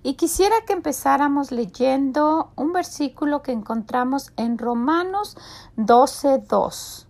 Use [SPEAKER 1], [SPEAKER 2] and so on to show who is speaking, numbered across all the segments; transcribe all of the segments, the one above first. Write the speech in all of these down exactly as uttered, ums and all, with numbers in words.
[SPEAKER 1] Y quisiera que empezáramos leyendo un versículo que encontramos en Romanos doce dos,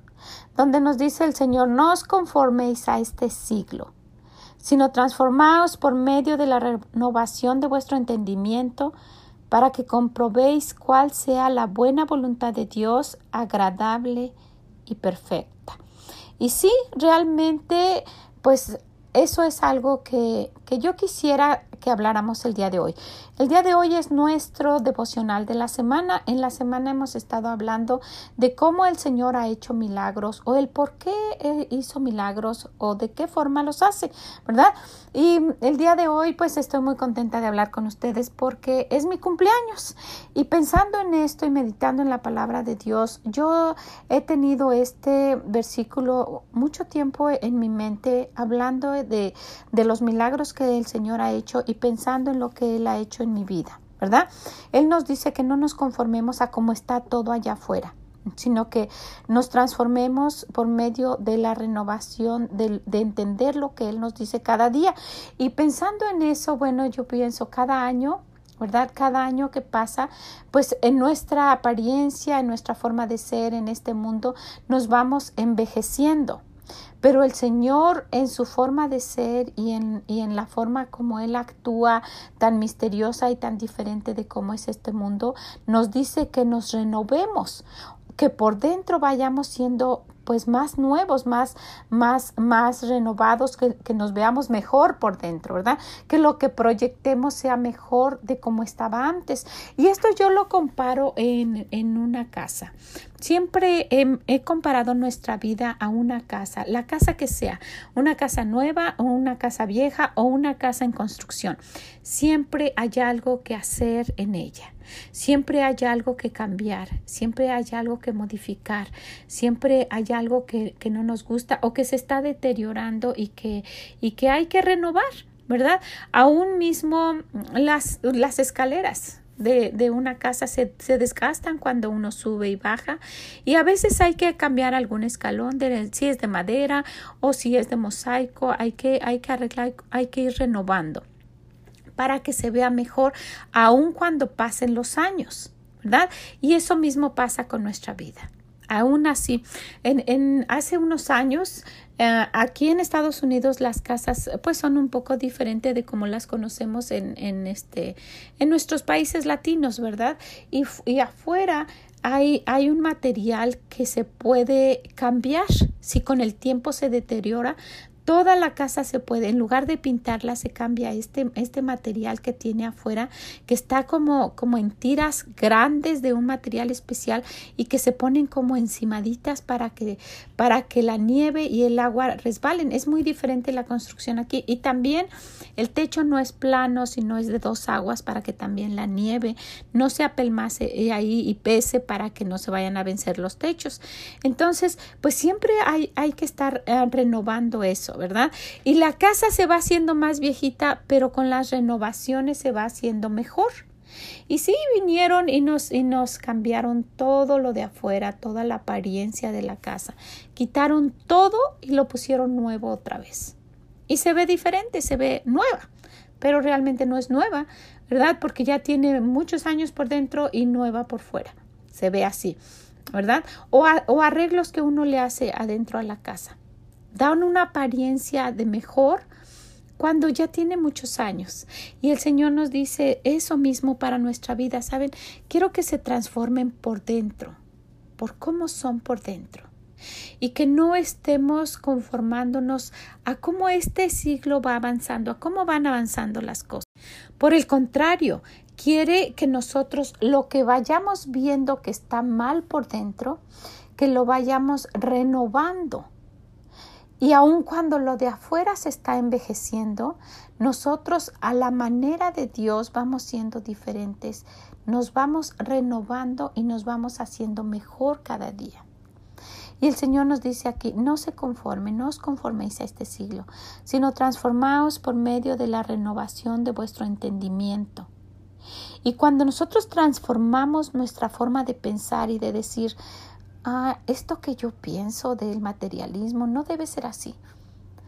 [SPEAKER 1] donde nos dice el Señor: no os conforméis a este siglo, sino transformaos por medio de la renovación de vuestro entendimiento, para que comprobéis cuál sea la buena voluntad de Dios, agradable y perfecta. Y sí, realmente, pues eso es algo que, que yo quisiera que habláramos el día de hoy. El día de hoy es nuestro devocional de la semana. En la semana hemos estado hablando de cómo el Señor ha hecho milagros, o el por qué hizo milagros, o de qué forma los hace, ¿verdad? Y el día de hoy pues estoy muy contenta de hablar con ustedes porque es mi cumpleaños. Y pensando en esto y meditando en la palabra de Dios, yo he tenido este versículo mucho tiempo en mi mente, hablando de, de los milagros que el Señor ha hecho y pensando en lo que Él ha hecho en mi vida, ¿verdad? Él nos dice que no nos conformemos a cómo está todo allá afuera, sino que nos transformemos por medio de la renovación, de, de entender lo que Él nos dice cada día. Y pensando en eso, bueno, yo pienso cada año, ¿verdad? Cada año que pasa, pues en nuestra apariencia, en nuestra forma de ser en este mundo, nos vamos envejeciendo. Pero el Señor, en su forma de ser y en, y en la forma como Él actúa, tan misteriosa y tan diferente de cómo es este mundo, nos dice que nos renovemos, que por dentro vayamos siendo pues más nuevos, más, más, más renovados, que, que nos veamos mejor por dentro, ¿verdad? Que lo que proyectemos sea mejor de como estaba antes. Y esto yo lo comparo en, en una casa. Siempre he, he comparado nuestra vida a una casa, la casa que sea, una casa nueva o una casa vieja o una casa en construcción. Siempre hay algo que hacer en ella. Siempre hay algo que cambiar, siempre hay algo que modificar, siempre hay algo que, que no nos gusta o que se está deteriorando y que, y que hay que renovar, ¿verdad? Aún mismo las, las escaleras de, de una casa se, se desgastan cuando uno sube y baja, y a veces hay que cambiar algún escalón, de, si es de madera o si es de mosaico, hay que, hay que arreglar, hay que ir renovando para que se vea mejor aun cuando pasen los años, ¿verdad? Y eso mismo pasa con nuestra vida. Aún así, en, en hace unos años, uh, aquí en Estados Unidos las casas pues son un poco diferentes de como las conocemos en, en, este, en nuestros países latinos, ¿verdad? Y, y afuera hay, hay un material que se puede cambiar si con el tiempo se deteriora. Toda la casa se puede, en lugar de pintarla, se cambia este, este material que tiene afuera, que está como, como en tiras grandes de un material especial y que se ponen como encimaditas para que, para que la nieve y el agua resbalen. Es muy diferente la construcción aquí. Y también el techo no es plano, sino es de dos aguas para que también la nieve no se apelmace ahí y pese para que no se vayan a vencer los techos. Entonces, pues siempre hay, hay que estar uh, renovando eso, ¿verdad? Y la casa se va haciendo más viejita, pero con las renovaciones se va haciendo mejor. Y sí, vinieron y nos, y nos cambiaron todo lo de afuera, toda la apariencia de la casa. Quitaron todo y lo pusieron nuevo otra vez. Y se ve diferente, se ve nueva, pero realmente no es nueva, ¿verdad? Porque ya tiene muchos años por dentro y nueva por fuera. Se ve así, ¿verdad? O, a, o arreglos que uno le hace adentro a la casa. Dan una apariencia de mejor cuando ya tiene muchos años. Y el Señor nos dice eso mismo para nuestra vida. ¿Saben? Quiero que se transformen por dentro, por cómo son por dentro. Y que no estemos conformándonos a cómo este siglo va avanzando, a cómo van avanzando las cosas. Por el contrario, quiere que nosotros lo que vayamos viendo que está mal por dentro, que lo vayamos renovando. Y aun cuando lo de afuera se está envejeciendo, nosotros a la manera de Dios vamos siendo diferentes, nos vamos renovando y nos vamos haciendo mejor cada día. Y el Señor nos dice aquí: no se conformen, no os conforméis a este siglo, sino transformaos por medio de la renovación de vuestro entendimiento. Y cuando nosotros transformamos nuestra forma de pensar y de decir: ah, esto que yo pienso del materialismo no debe ser así.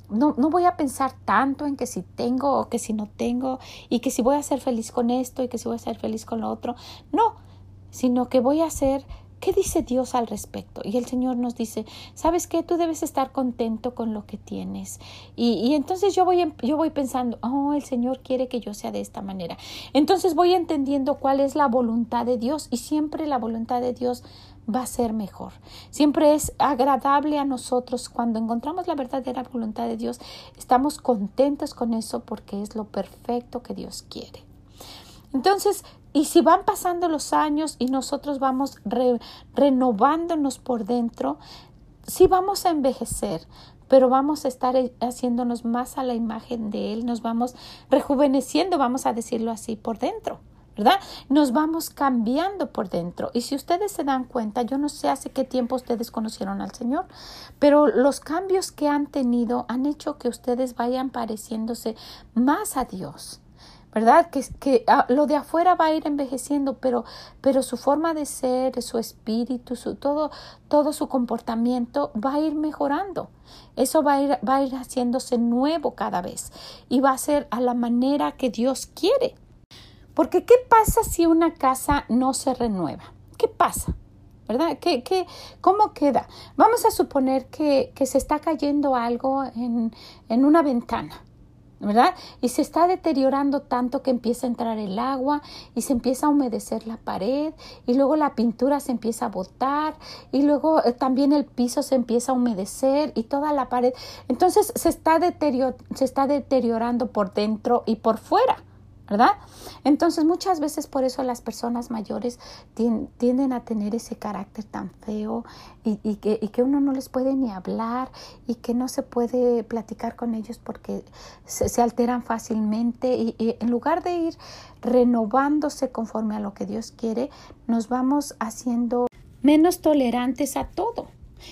[SPEAKER 1] no, no voy a pensar tanto en que si tengo o que si no tengo y que si voy a ser feliz con esto y que si voy a ser feliz con lo otro. No, sino que voy a hacer, ¿qué dice Dios al respecto? Y el Señor nos dice, ¿sabes qué? Tú debes estar contento con lo que tienes. Y, y entonces yo voy, yo voy pensando, oh, el Señor quiere que yo sea de esta manera. Entonces voy entendiendo cuál es la voluntad de Dios y siempre la voluntad de Dios va a ser mejor. Siempre es agradable a nosotros cuando encontramos la verdadera voluntad de Dios. Estamos contentos con eso porque es lo perfecto que Dios quiere. Entonces, y si van pasando los años y nosotros vamos re, renovándonos por dentro, sí vamos a envejecer, pero vamos a estar haciéndonos más a la imagen de Él, nos vamos rejuveneciendo, vamos a decirlo así, por dentro, ¿verdad? Nos vamos cambiando por dentro. Y si ustedes se dan cuenta, yo no sé hace qué tiempo ustedes conocieron al Señor, pero los cambios que han tenido han hecho que ustedes vayan pareciéndose más a Dios, ¿verdad? Que, que ah, lo de afuera va a ir envejeciendo, pero, pero su forma de ser, su espíritu, su, todo, todo su comportamiento va a ir mejorando. Eso va a ir, va a ir haciéndose nuevo cada vez y va a ser a la manera que Dios quiere. Porque ¿qué pasa si una casa no se renueva? ¿Qué pasa? ¿Verdad? ¿Qué, qué, ¿Cómo queda? Vamos a suponer que, que se está cayendo algo en, en una ventana, ¿verdad? Y se está deteriorando tanto que empieza a entrar el agua y se empieza a humedecer la pared y luego la pintura se empieza a botar y luego eh, también el piso se empieza a humedecer y toda la pared. Entonces se está, deterior- se está deteriorando por dentro y por fuera, ¿verdad? Entonces muchas veces por eso las personas mayores tienden a tener ese carácter tan feo y, y, que, y que uno no les puede ni hablar y que no se puede platicar con ellos porque se, se alteran fácilmente y, y en lugar de ir renovándose conforme a lo que Dios quiere, nos vamos haciendo menos tolerantes a todo.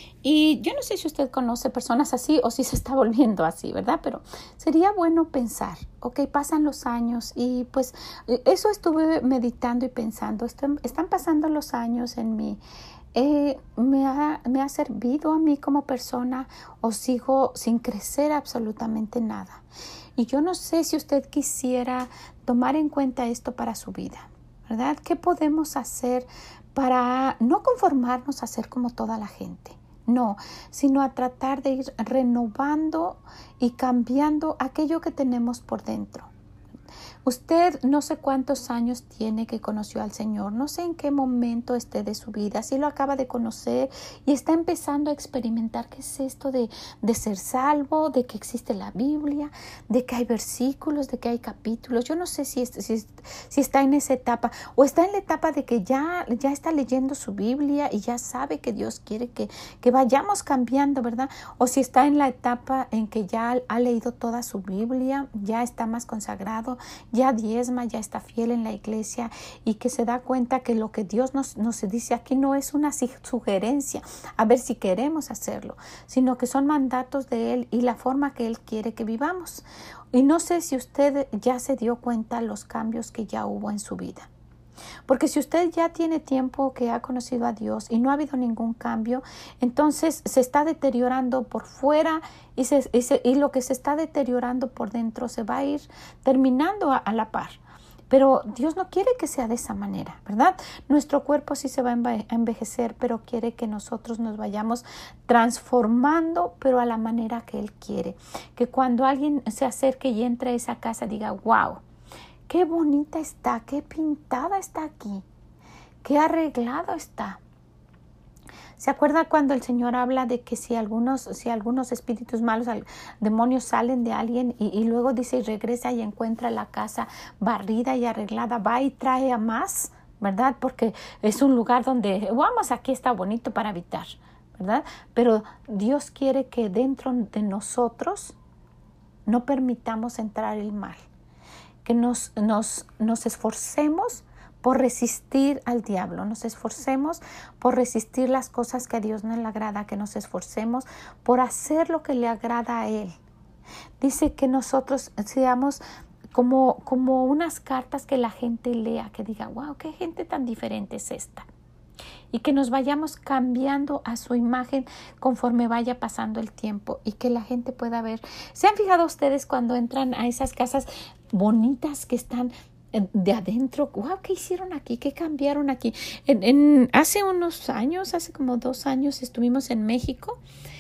[SPEAKER 1] Y yo no sé si usted conoce personas así o si se está volviendo así, ¿verdad? Pero sería bueno pensar, ok, pasan los años y pues eso estuve meditando y pensando, están, están pasando los años en mí. Eh, me, ha, me ha servido a mí como persona o sigo sin crecer absolutamente nada. Y yo no sé si usted quisiera tomar en cuenta esto para su vida, ¿verdad? ¿Qué podemos hacer para no conformarnos a ser como toda la gente? No, sino a tratar de ir renovando y cambiando aquello que tenemos por dentro. Usted no sé cuántos años tiene que conoció al Señor, no sé en qué momento esté de su vida, si lo acaba de conocer y está empezando a experimentar qué es esto de, de ser salvo, de que existe la Biblia, de que hay versículos, de que hay capítulos. Yo no sé si, si, si está en esa etapa o está en la etapa de que ya, ya está leyendo su Biblia y ya sabe que Dios quiere que, que vayamos cambiando, ¿verdad? O si está en la etapa en que ya ha leído toda su Biblia, ya está más consagrado, ya diezma, ya está fiel en la iglesia y que se da cuenta que lo que Dios nos, nos dice aquí no es una sugerencia a ver si queremos hacerlo, sino que son mandatos de Él y la forma que Él quiere que vivamos. Y no sé si usted ya se dio cuenta los cambios que ya hubo en su vida. Porque si usted ya tiene tiempo que ha conocido a Dios y no ha habido ningún cambio, entonces se está deteriorando por fuera y, se, y, se, y lo que se está deteriorando por dentro se va a ir terminando a, a la par. Pero Dios no quiere que sea de esa manera, ¿verdad? Nuestro cuerpo sí se va a envejecer, pero quiere que nosotros nos vayamos transformando, pero a la manera que Él quiere. Que cuando alguien se acerque y entre a esa casa diga, wow, qué bonita está, qué pintada está aquí, qué arreglado está. ¿Se acuerda cuando el Señor habla de que si algunos, si algunos espíritus malos, demonios salen de alguien y, y luego dice y regresa y encuentra la casa barrida y arreglada, va y trae a más, ¿verdad? Porque es un lugar donde, vamos, aquí está bonito para habitar, ¿verdad? Pero Dios quiere que dentro de nosotros no permitamos entrar el mal. Que nos, nos, nos esforcemos por resistir al diablo, nos esforcemos por resistir las cosas que a Dios no le agrada, que nos esforcemos por hacer lo que le agrada a Él. Dice que nosotros seamos como, como unas cartas que la gente lea, que diga, wow, qué gente tan diferente es esta. y que nos vayamos cambiando a su imagen conforme vaya pasando el tiempo y que la gente pueda ver. ¿Se han fijado ustedes cuando entran a esas casas bonitas que están de adentro? Wow, ¿qué hicieron aquí? ¿Qué cambiaron aquí? En, en, hace unos años, hace como dos años estuvimos en México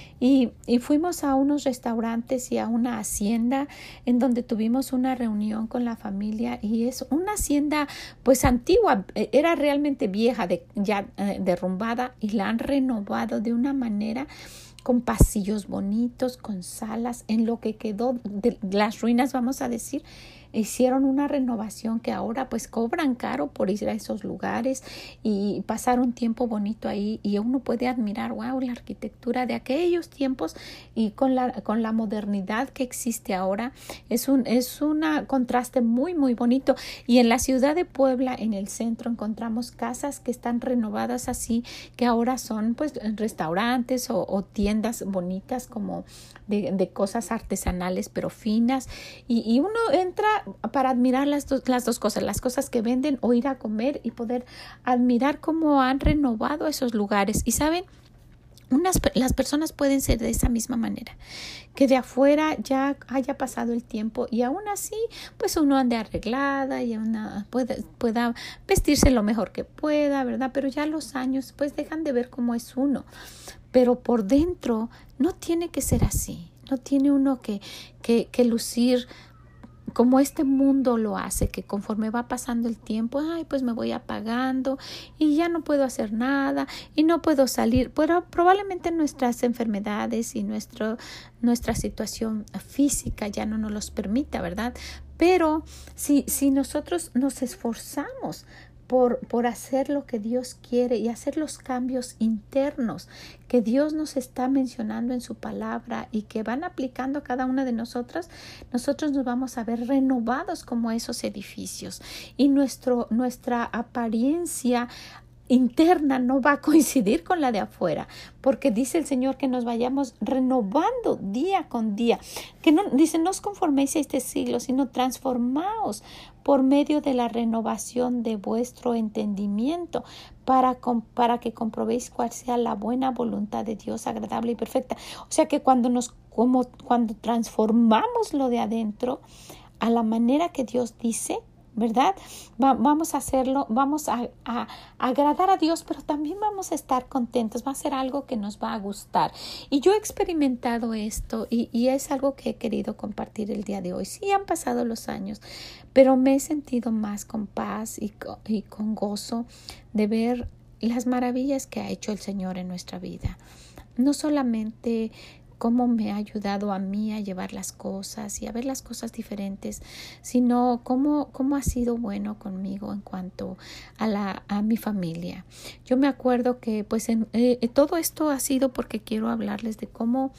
[SPEAKER 1] y, y fuimos a unos restaurantes y a una hacienda en donde tuvimos una reunión con la familia, y es una hacienda pues antigua, era realmente vieja, de, ya eh, derrumbada, y la han renovado de una manera con pasillos bonitos, con salas, en lo que quedó de las ruinas, vamos a decir. Hicieron una renovación que ahora pues cobran caro por ir a esos lugares y pasar un tiempo bonito ahí, y uno puede admirar, wow, la arquitectura de aquellos tiempos y con la, con la modernidad que existe ahora. Es un es un contraste muy muy bonito. Y en la ciudad de Puebla, en el centro, encontramos casas que están renovadas así, que ahora son pues restaurantes o, o tiendas bonitas como de, de cosas artesanales pero finas, y, y uno entra para admirar las, do, las dos cosas, las cosas que venden o ir a comer y poder admirar cómo han renovado esos lugares. Y saben, unas, las personas pueden ser de esa misma manera, que de afuera ya haya pasado el tiempo y aún así pues uno ande arreglada y una pueda, pueda vestirse lo mejor que pueda, ¿verdad? Pero ya los años pues dejan de ver cómo es uno, pero por dentro no tiene que ser así, no tiene uno que, que, que lucir como este mundo lo hace, que conforme va pasando el tiempo, ay, pues me voy apagando y ya no puedo hacer nada y no puedo salir. Pero probablemente nuestras enfermedades y nuestro, nuestra situación física ya no nos los permita, ¿verdad? Pero si, si nosotros nos esforzamos Por, por hacer lo que Dios quiere y hacer los cambios internos que Dios nos está mencionando en su palabra y que van aplicando a cada una de nosotras, nosotros nos vamos a ver renovados como esos edificios, y nuestro, nuestra apariencia interna no va a coincidir con la de afuera, porque dice el Señor que nos vayamos renovando día con día, que no, dice, no os conforméis a este siglo, sino transformaos por medio de la renovación de vuestro entendimiento, para, para que comprobéis cuál sea la buena voluntad de Dios, agradable y perfecta. O sea que cuando nos, como, cuando transformamos lo de adentro a la manera que Dios dice, ¿verdad? Va, vamos a hacerlo, vamos a, a, a agradar a Dios, pero también vamos a estar contentos, va a ser algo que nos va a gustar. Y yo he experimentado esto y, y es algo que he querido compartir el día de hoy. Sí, han pasado los años, pero me he sentido más con paz y, y con gozo de ver las maravillas que ha hecho el Señor en nuestra vida. No solamente cómo me ha ayudado a mí a llevar las cosas y a ver las cosas diferentes, sino cómo, cómo ha sido bueno conmigo en cuanto a, la, a mi familia. Yo me acuerdo que pues en, eh, todo esto ha sido porque quiero hablarles de cómo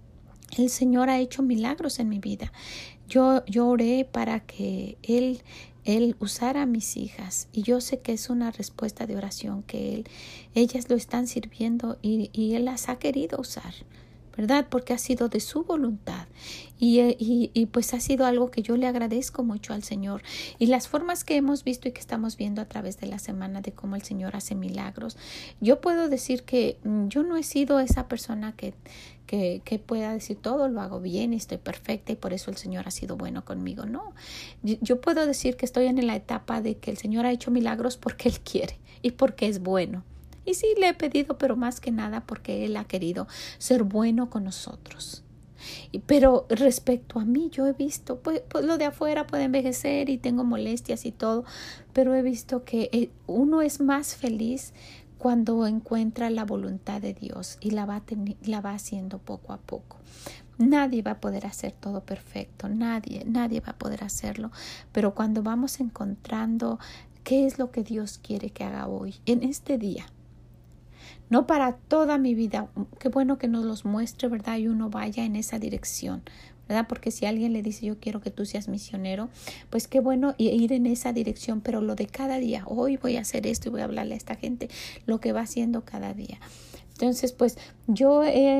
[SPEAKER 1] el Señor ha hecho milagros en mi vida. Yo, yo oré para que Él Él usara a mis hijas, y yo sé que es una respuesta de oración que Él, ellas lo están sirviendo y, y Él las ha querido usar, ¿verdad? Porque ha sido de su voluntad y, y, y pues ha sido algo que yo le agradezco mucho al Señor. Y las formas que hemos visto y que estamos viendo a través de la semana de cómo el Señor hace milagros, yo puedo decir que yo no he sido esa persona que, que, que pueda decir todo lo hago bien y estoy perfecta y por eso el Señor ha sido bueno conmigo. No, yo, yo puedo decir que estoy en la etapa de que el Señor ha hecho milagros porque Él quiere y porque es bueno. Y sí, le he pedido, pero más que nada porque Él ha querido ser bueno con nosotros. Y, pero respecto a mí, yo he visto, pues, pues lo de afuera puede envejecer y tengo molestias y todo, pero he visto que uno es más feliz cuando encuentra la voluntad de Dios y la va, ten, la va haciendo poco a poco. Nadie va a poder hacer todo perfecto, nadie, nadie va a poder hacerlo, pero cuando vamos encontrando qué es lo que Dios quiere que haga hoy, en este día, no para toda mi vida, qué bueno que nos los muestre, ¿verdad? Y uno vaya en esa dirección, ¿verdad? Porque si alguien le dice, yo quiero que tú seas misionero, pues qué bueno ir en esa dirección, pero lo de cada día, hoy voy a hacer esto y voy a hablarle a esta gente, lo que va haciendo cada día. Entonces, pues yo he...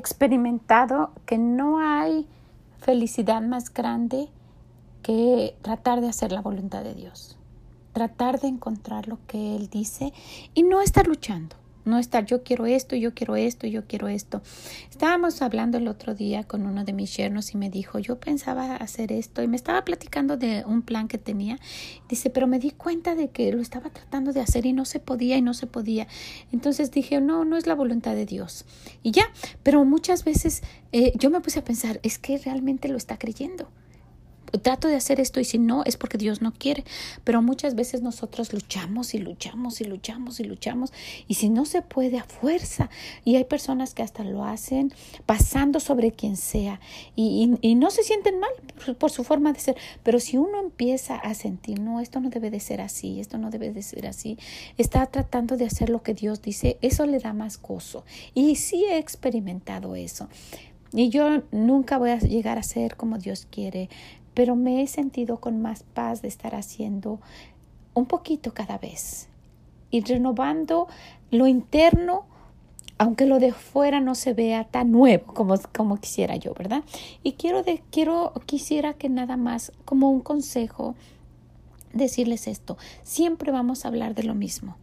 [SPEAKER 1] experimentado que no hay felicidad más grande que tratar de hacer la voluntad de Dios. Tratar de encontrar lo que Él dice y no estar luchando. No estar, yo quiero esto, yo quiero esto, yo quiero esto. Estábamos hablando el otro día con uno de mis yernos y me dijo, yo pensaba hacer esto. Y me estaba platicando de un plan que tenía. Dice, pero me di cuenta de que lo estaba tratando de hacer y no se podía y no se podía. Entonces dije, no, no es la voluntad de Dios. Y ya, pero muchas veces eh, yo me puse a pensar, es que realmente lo está creyendo. Trato de hacer esto y si no es porque Dios no quiere, pero muchas veces nosotros luchamos y luchamos y luchamos y luchamos y si no se puede a fuerza y hay personas que hasta lo hacen pasando sobre quien sea y, y, y no se sienten mal por, por su forma de ser, pero si uno empieza a sentir, no, esto no debe de ser así, esto no debe de ser así, está tratando de hacer lo que Dios dice, eso le da más gozo y sí he experimentado eso y yo nunca voy a llegar a ser como Dios quiere, pero me he sentido con más paz de estar haciendo un poquito cada vez y renovando lo interno, aunque lo de fuera no se vea tan nuevo como, como quisiera yo, ¿verdad? Y quiero, de, quiero, quisiera que nada más, como un consejo, decirles esto. Siempre vamos a hablar de lo mismo.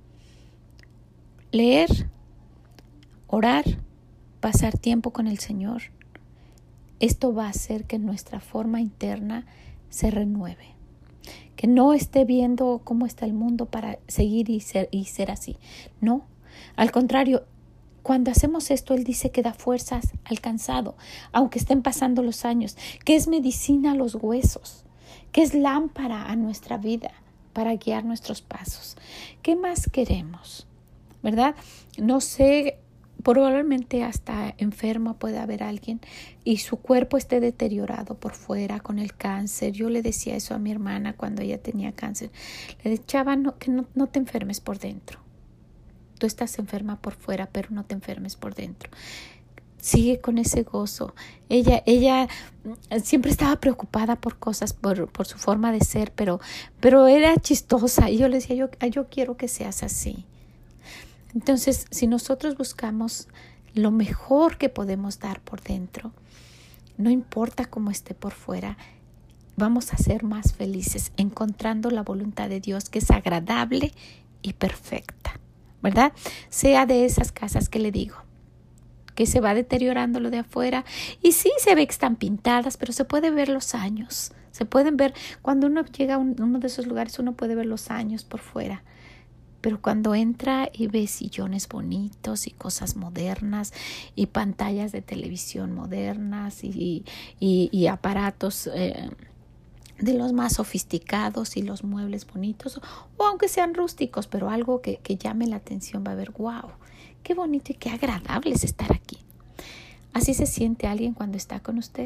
[SPEAKER 1] Leer, orar, pasar tiempo con el Señor. Esto va a hacer que nuestra forma interna se renueve. Que no esté viendo cómo está el mundo para seguir y ser, y ser así. No, al contrario, cuando hacemos esto, Él dice que da fuerzas al cansado, aunque estén pasando los años, que es medicina a los huesos, que es lámpara a nuestra vida para guiar nuestros pasos. ¿Qué más queremos? ¿Verdad? No sé. Probablemente hasta enfermo puede haber alguien y su cuerpo esté deteriorado por fuera con el cáncer. Yo le decía eso a mi hermana cuando ella tenía cáncer. Le decía no, que no, no te enfermes por dentro. Tú estás enferma por fuera, pero no te enfermes por dentro. Sigue con ese gozo. Ella, ella siempre estaba preocupada por cosas, por, por su forma de ser, pero, pero era chistosa. Y yo le decía, yo, yo quiero que seas así. Entonces, si nosotros buscamos lo mejor que podemos dar por dentro, no importa cómo esté por fuera, vamos a ser más felices encontrando la voluntad de Dios que es agradable y perfecta, ¿verdad? Sea de esas casas que le digo, que se va deteriorando lo de afuera y sí se ve que están pintadas, pero se puede ver los años, se pueden ver, cuando uno llega a uno de esos lugares uno puede ver los años por fuera. Pero cuando entra y ve sillones bonitos y cosas modernas y pantallas de televisión modernas y, y, y aparatos eh, de los más sofisticados y los muebles bonitos, o aunque sean rústicos, pero algo que, que llame la atención, va a ver, wow, qué bonito y qué agradable es estar aquí. Así se siente alguien cuando está con usted.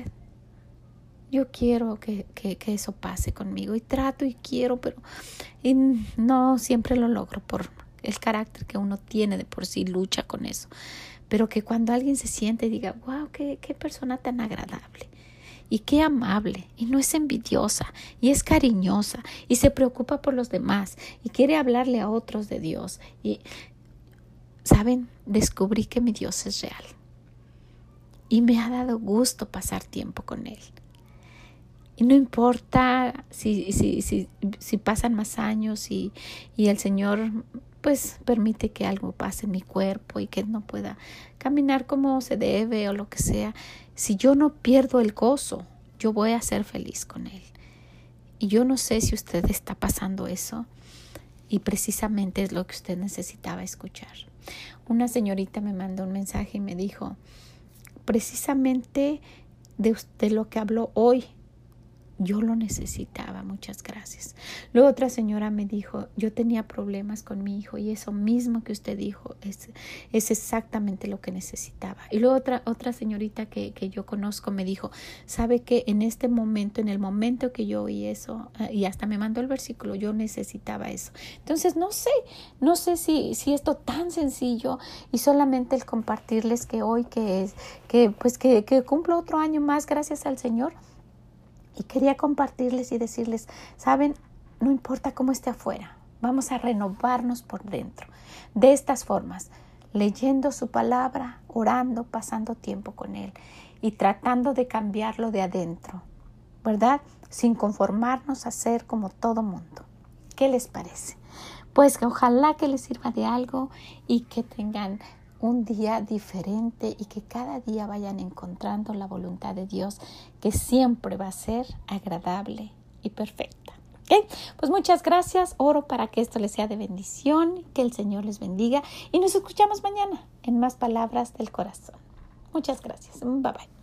[SPEAKER 1] Yo quiero que, que, que eso pase conmigo y trato y quiero, pero y no siempre lo logro por el carácter que uno tiene de por sí, lucha con eso. Pero que cuando alguien se siente y diga, wow, qué, qué persona tan agradable y qué amable y no es envidiosa y es cariñosa y se preocupa por los demás y quiere hablarle a otros de Dios. Y, ¿saben? Descubrí que mi Dios es real y me ha dado gusto pasar tiempo con Él. Y no importa si, si, si, si pasan más años y, y el Señor pues permite que algo pase en mi cuerpo y que no pueda caminar como se debe o lo que sea. Si yo no pierdo el gozo, yo voy a ser feliz con Él. Y yo no sé si usted está pasando eso y precisamente es lo que usted necesitaba escuchar. Una señorita me mandó un mensaje y me dijo, precisamente de usted lo que habló hoy, yo lo necesitaba, muchas gracias. Luego otra señora me dijo, yo tenía problemas con mi hijo y eso mismo que usted dijo es, es exactamente lo que necesitaba. Y luego otra, otra señorita que, que yo conozco me dijo, sabe que en este momento, en el momento que yo oí eso, y hasta me mandó el versículo, yo necesitaba eso. Entonces no sé, no sé si, si esto tan sencillo y solamente el compartirles que hoy que es, que pues que, que cumplo otro año más gracias al Señor. Y quería compartirles y decirles, ¿saben? No importa cómo esté afuera, vamos a renovarnos por dentro. De estas formas, leyendo su palabra, orando, pasando tiempo con Él y tratando de cambiarlo de adentro, ¿verdad? Sin conformarnos a ser como todo mundo. ¿Qué les parece? Pues que ojalá que les sirva de algo y que tengan un día diferente y que cada día vayan encontrando la voluntad de Dios, que siempre va a ser agradable y perfecta. ¿Okay? Pues muchas gracias. Oro para que esto les sea de bendición, que el Señor les bendiga y nos escuchamos mañana en más palabras del corazón. Muchas gracias. Bye bye.